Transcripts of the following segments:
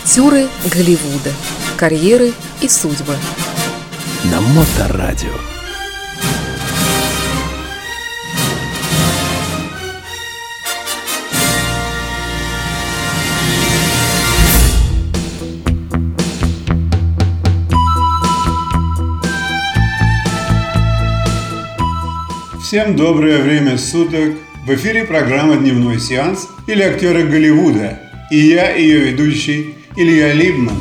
Актеры Голливуда. Карьеры и судьбы. На Моторадио. Всем доброе время суток! В эфире программа «Дневной сеанс» или «Актеры Голливуда». И я, ее ведущий, Илья Либман.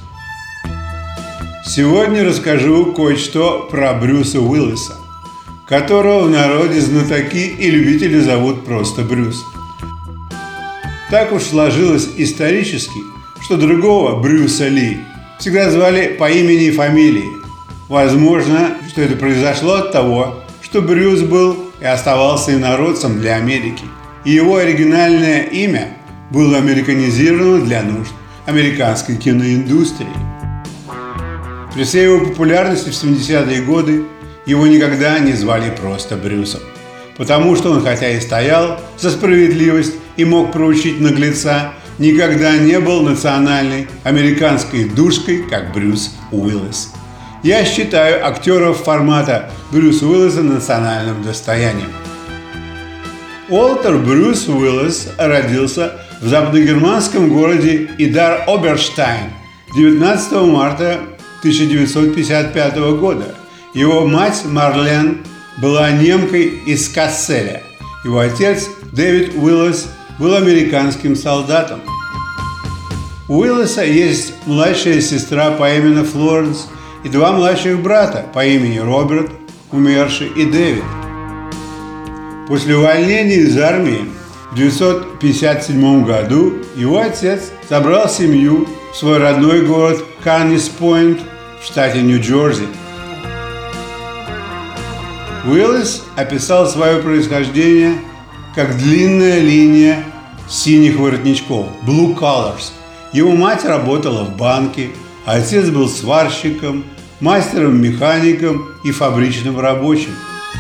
Сегодня расскажу кое-что про Брюса Уиллиса, которого в народе знатоки и любители зовут просто Брюс. Так уж сложилось исторически, что другого Брюса Ли всегда звали по имени и фамилии. Возможно, что это произошло от того, что Брюс был и оставался инородцем для Америки, и его оригинальное имя было американизировано для нужд американской киноиндустрии. При всей его популярности в 70-е годы его никогда не звали просто Брюсом, потому что он, хотя и стоял за справедливость и мог проучить наглеца, никогда не был национальной американской душкой, как Брюс Уиллис. Я считаю актеров формата Брюса Уиллиса национальным достоянием. Уолтер Брюс Уиллис родился в западногерманском городе Идар-Оберштайн 19 марта 1955 года. Его мать Марлен была немкой из Касселя. Его отец Дэвид Уиллис был американским солдатом. У Уиллиса есть младшая сестра по имени Флоренс и два младших брата по имени Роберт, умерший, и Дэвид. После увольнения из армии в 1957 году его отец собрал семью в свой родной город Каннис-Пойнт в штате Нью-Джерси. Уиллис описал свое происхождение как длинная линия синих воротничков – blue collars. Его мать работала в банке, а отец был сварщиком, мастером-механиком и фабричным рабочим.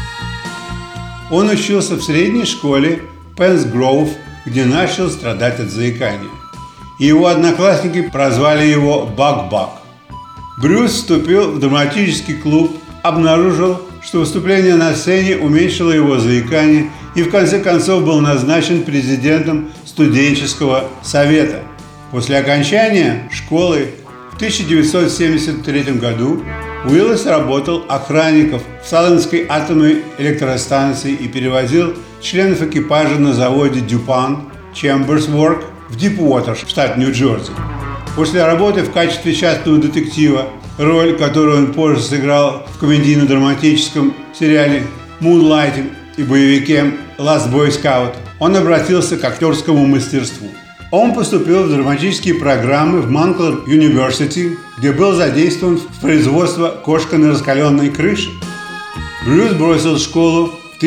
Он учился в средней школе Пенс-Гроув, где начал страдать от заикания. И его одноклассники прозвали его Бак-Бак. Брюс вступил в драматический клуб, обнаружил, что выступление на сцене уменьшило его заикание и в конце концов был назначен президентом студенческого совета. После окончания школы в 1973 году Уиллис работал охранником в Салемской атомной электростанции и перевозил членов экипажа на заводе DuPont Chambers Works в Дипуотер, штат Нью-Джерси. После работы в качестве частного детектива, роль, которую он позже сыграл в комедийно-драматическом сериале Moonlighting и боевике Last Boy Scout, он обратился к актерскому мастерству. Он поступил в драматические программы в Манклер University, где был задействован в производство «Кошка на раскаленной крыше». Брюс бросил школу в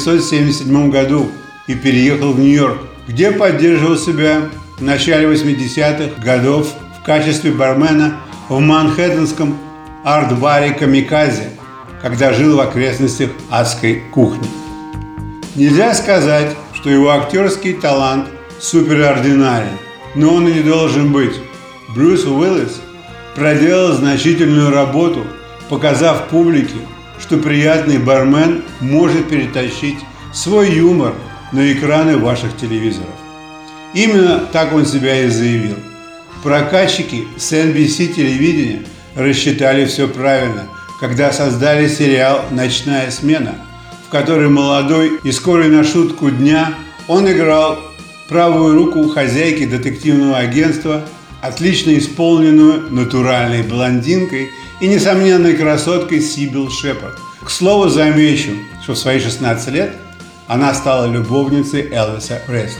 1977 году и переехал в Нью-Йорк, где поддерживал себя в начале 80-х годов в качестве бармена в манхэттенском арт-баре «Камиказе», когда жил в окрестностях адской кухни. Нельзя сказать, что его актерский талант суперординарен, но он и не должен быть. Брюс Уиллис проделал значительную работу, показав публике, что приятный бармен может перетащить свой юмор на экраны ваших телевизоров. Именно так он себя и заявил. Прокатчики с NBC телевидения рассчитали все правильно, когда создали сериал «Ночная смена», в который молодой и скорый на шутку дня он играл правую руку хозяйки детективного агентства, отлично исполненную натуральной блондинкой и несомненной красоткой Сибил Шепард. К слову, замечу, что в свои 16 лет она стала любовницей Элвиса Пресли.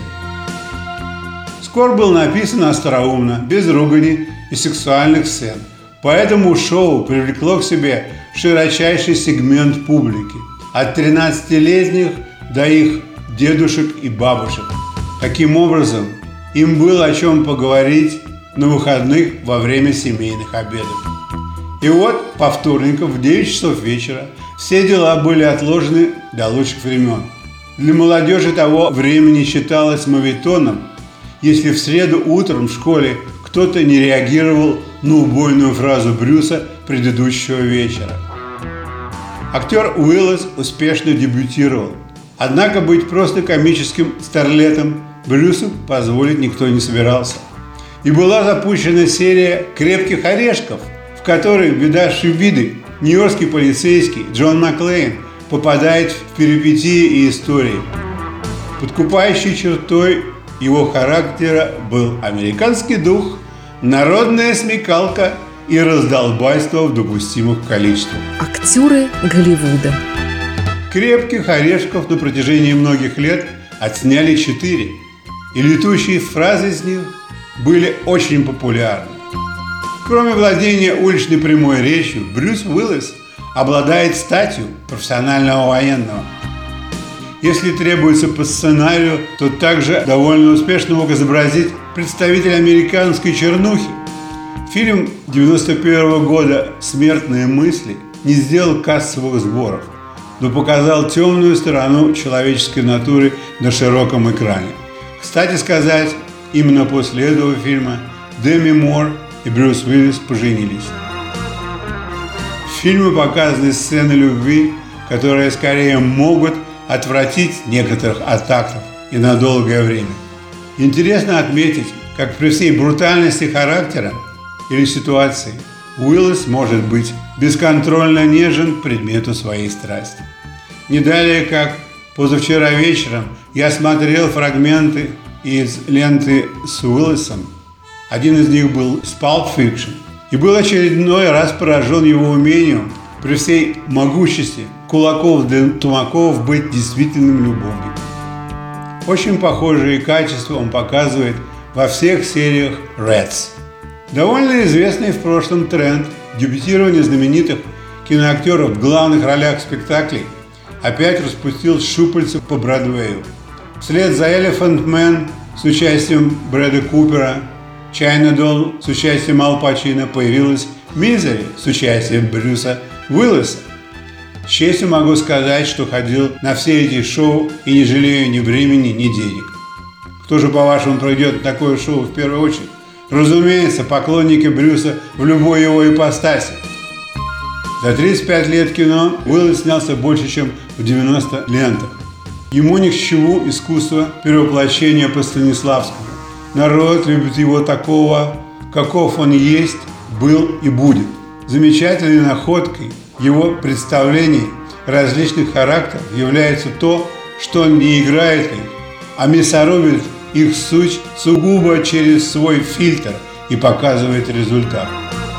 Скор был написан остроумно, без ругани и сексуальных сцен, поэтому шоу привлекло к себе широчайший сегмент публики, от 13-летних до их дедушек и бабушек. Таким образом, им было о чем поговорить на выходных во время семейных обедов. И вот по вторникам в 9 часов вечера все дела были отложены до лучших времен. Для молодежи того времени считалось моветоном, если в среду утром в школе кто-то не реагировал на убойную фразу Брюса предыдущего вечера. Актер Уиллис успешно дебютировал, однако быть просто комическим старлетом Брюсу позволить никто не собирался. И была запущена серия «Крепких орешков», в которой видавший виды нью-йоркский полицейский Джон Маклейн попадает в перипетии и истории. Подкупающей чертой его характера был американский дух, народная смекалка и раздолбайство в допустимых количествах. Актеры Голливуда. «Крепких орешков» на протяжении многих лет отсняли 4, и летущие фразы из них были очень популярны. Кроме владения уличной прямой речью, Брюс Уиллис обладает статью профессионального военного. Если требуется по сценарию, то также довольно успешно мог изобразить представитель американской чернухи. Фильм 1991 года «Смертные мысли» не сделал кассовых сборов, но показал темную сторону человеческой натуры на широком экране. Кстати сказать, именно после этого фильма Деми Мур и Брюс Уиллис поженились. В фильме показаны сцены любви, которые скорее могут отвратить некоторых от актов и на долгое время. Интересно отметить, как при всей брутальности характера или ситуации Уиллис может быть бесконтрольно нежен к предмету своей страсти. Не далее, как позавчера вечером я смотрел фрагменты из ленты с Уиллисом. Один из них был с Pulp Fiction. И был очередной раз поражен его умением при всей могущести кулаков для тумаков быть действительным любовником. Очень похожие качества он показывает во всех сериях Reds. Довольно известный в прошлом тренд дебютирования знаменитых киноактеров в главных ролях спектаклей опять распустил щупальца по Бродвею. Вслед за Elephant Man с участием Брэда Купера, Чайна Долл с участием Ал Пачино появилась Мизери с участием Брюса Уиллиса. С честью могу сказать, что ходил на все эти шоу и не жалею ни времени, ни денег. Кто же, по-вашему, пройдет такое шоу в первую очередь? Разумеется, поклонники Брюса в любой его ипостаси. За 35 лет кино Уиллис снялся больше, чем в 90 лентах. Ему ни к чему искусство перевоплощения по Станиславскому. Народ любит его такого, каков он есть, был и будет. Замечательной находкой его представлений различных характеров является то, что он не играет их, а мясорубит их суть сугубо через свой фильтр и показывает результат.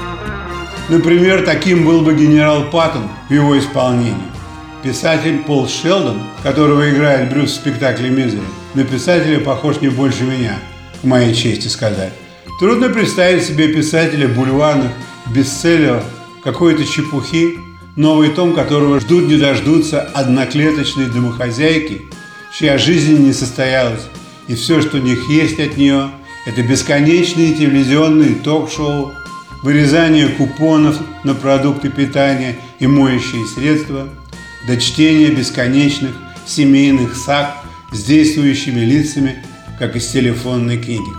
Например, таким был бы генерал Паттон в его исполнении. Писатель Пол Шелдон, которого играет Брюс в спектакле «Мизери», на писателя похож не больше меня, к моей чести сказать. Трудно представить себе писателя бульварных бестселлеров, какой-то чепухи, новый том которого ждут не дождутся одноклеточные домохозяйки, чья жизнь не состоялась, и все, что у них есть от нее, это бесконечные телевизионные ток-шоу, вырезание купонов на продукты питания и моющие средства, до чтения бесконечных семейных саг с действующими лицами, как из телефонной книги.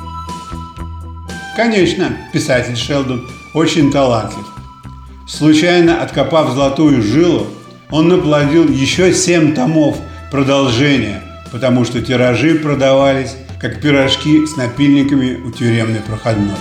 Конечно, писатель Шелдон очень талантлив. Случайно откопав золотую жилу, он наплодил еще 7 томов продолжения, потому что тиражи продавались, как пирожки с напильниками у тюремной проходной.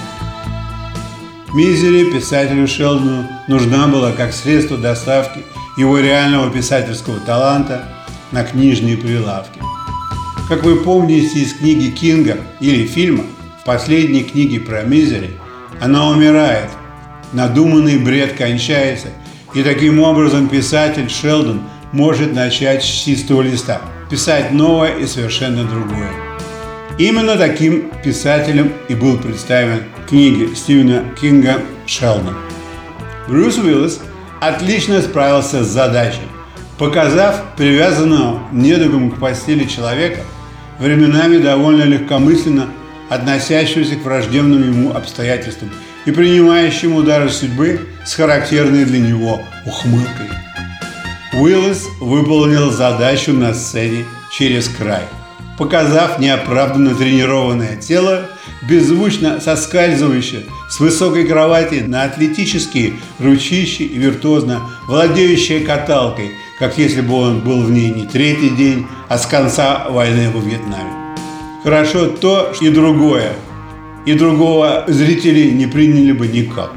«Мизери» писателю Шелдону нужна была как средство доставки его реального писательского таланта на книжные прилавки. Как вы помните из книги Кинга или фильма, в последней книге про Мизери она умирает, надуманный бред кончается, и таким образом писатель Шелдон может начать с чистого листа, писать новое и совершенно другое. Именно таким писателем и был представлен в книге Стивена Кинга «Шелдон». Брюс Уиллис отлично справился с задачей, показав привязанного недугом к постели человека, временами довольно легкомысленно относящегося к враждебным ему обстоятельствам и принимающему удары судьбы с характерной для него ухмылкой. Уиллис выполнил задачу на сцене через край. показав неоправданно тренированное тело, беззвучно соскальзывающее с высокой кровати на атлетические ручищи и виртуозно владеющее каталкой, как если бы он был в ней не третий день, а с конца войны во Вьетнаме. Хорошо то, и другое, и другого зрители не приняли бы никак.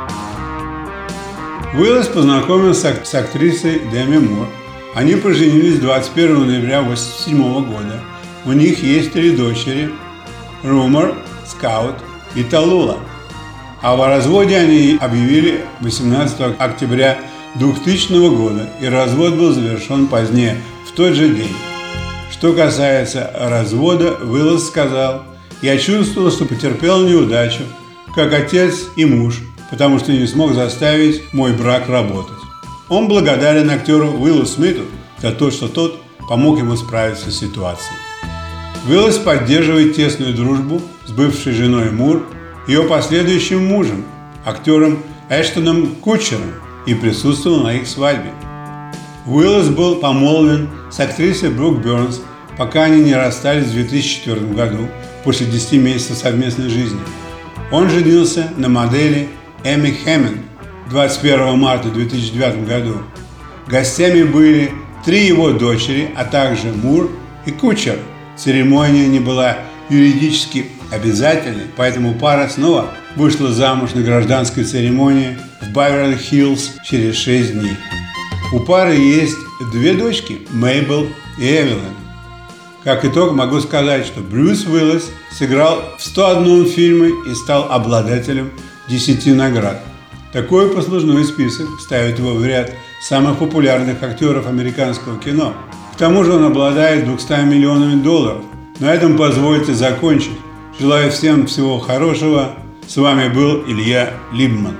Уиллис познакомился с актрисой Деми Мур. Они поженились 21 ноября 1987 года. У них есть 3 дочери – Румор, Скаут и Талула. А о разводе они объявили 18 октября 2000 года, и развод был завершен позднее, в тот же день. Что касается развода, Уиллис сказал: «Я чувствовал, что потерпел неудачу, как отец и муж, потому что не смог заставить мой брак работать». Он благодарен актеру Уиллу Смиту за то, что тот помог ему справиться с ситуацией. Уиллис поддерживает тесную дружбу с бывшей женой Мур, ее последующим мужем, актером Эштоном Кутчером, и присутствовал на их свадьбе. Уиллис был помолвлен с актрисой Брук Бернс, пока они не расстались в 2004 году, после 10 месяцев совместной жизни. Он женился на модели Эми Хэммонд 21 марта 2009 году. Гостями были 3 его дочери, а также Мур и Кутчер. Церемония не была юридически обязательной, поэтому пара снова вышла замуж на гражданской церемонии в Беверли-Хиллз через 6 дней. У пары есть 2 дочки – Мейбл и Эвелин. Как итог, могу сказать, что Брюс Уиллис сыграл в 101 фильме и стал обладателем 10 наград. Такой послужной список ставит его в ряд самых популярных актеров американского кино. К тому же он обладает $200 миллионами. На этом позвольте закончить. Желаю всем всего хорошего. С вами был Илья Либман.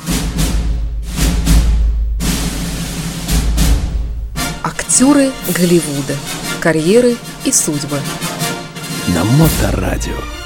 Актеры Голливуда. Карьеры и судьбы. На Моторадио.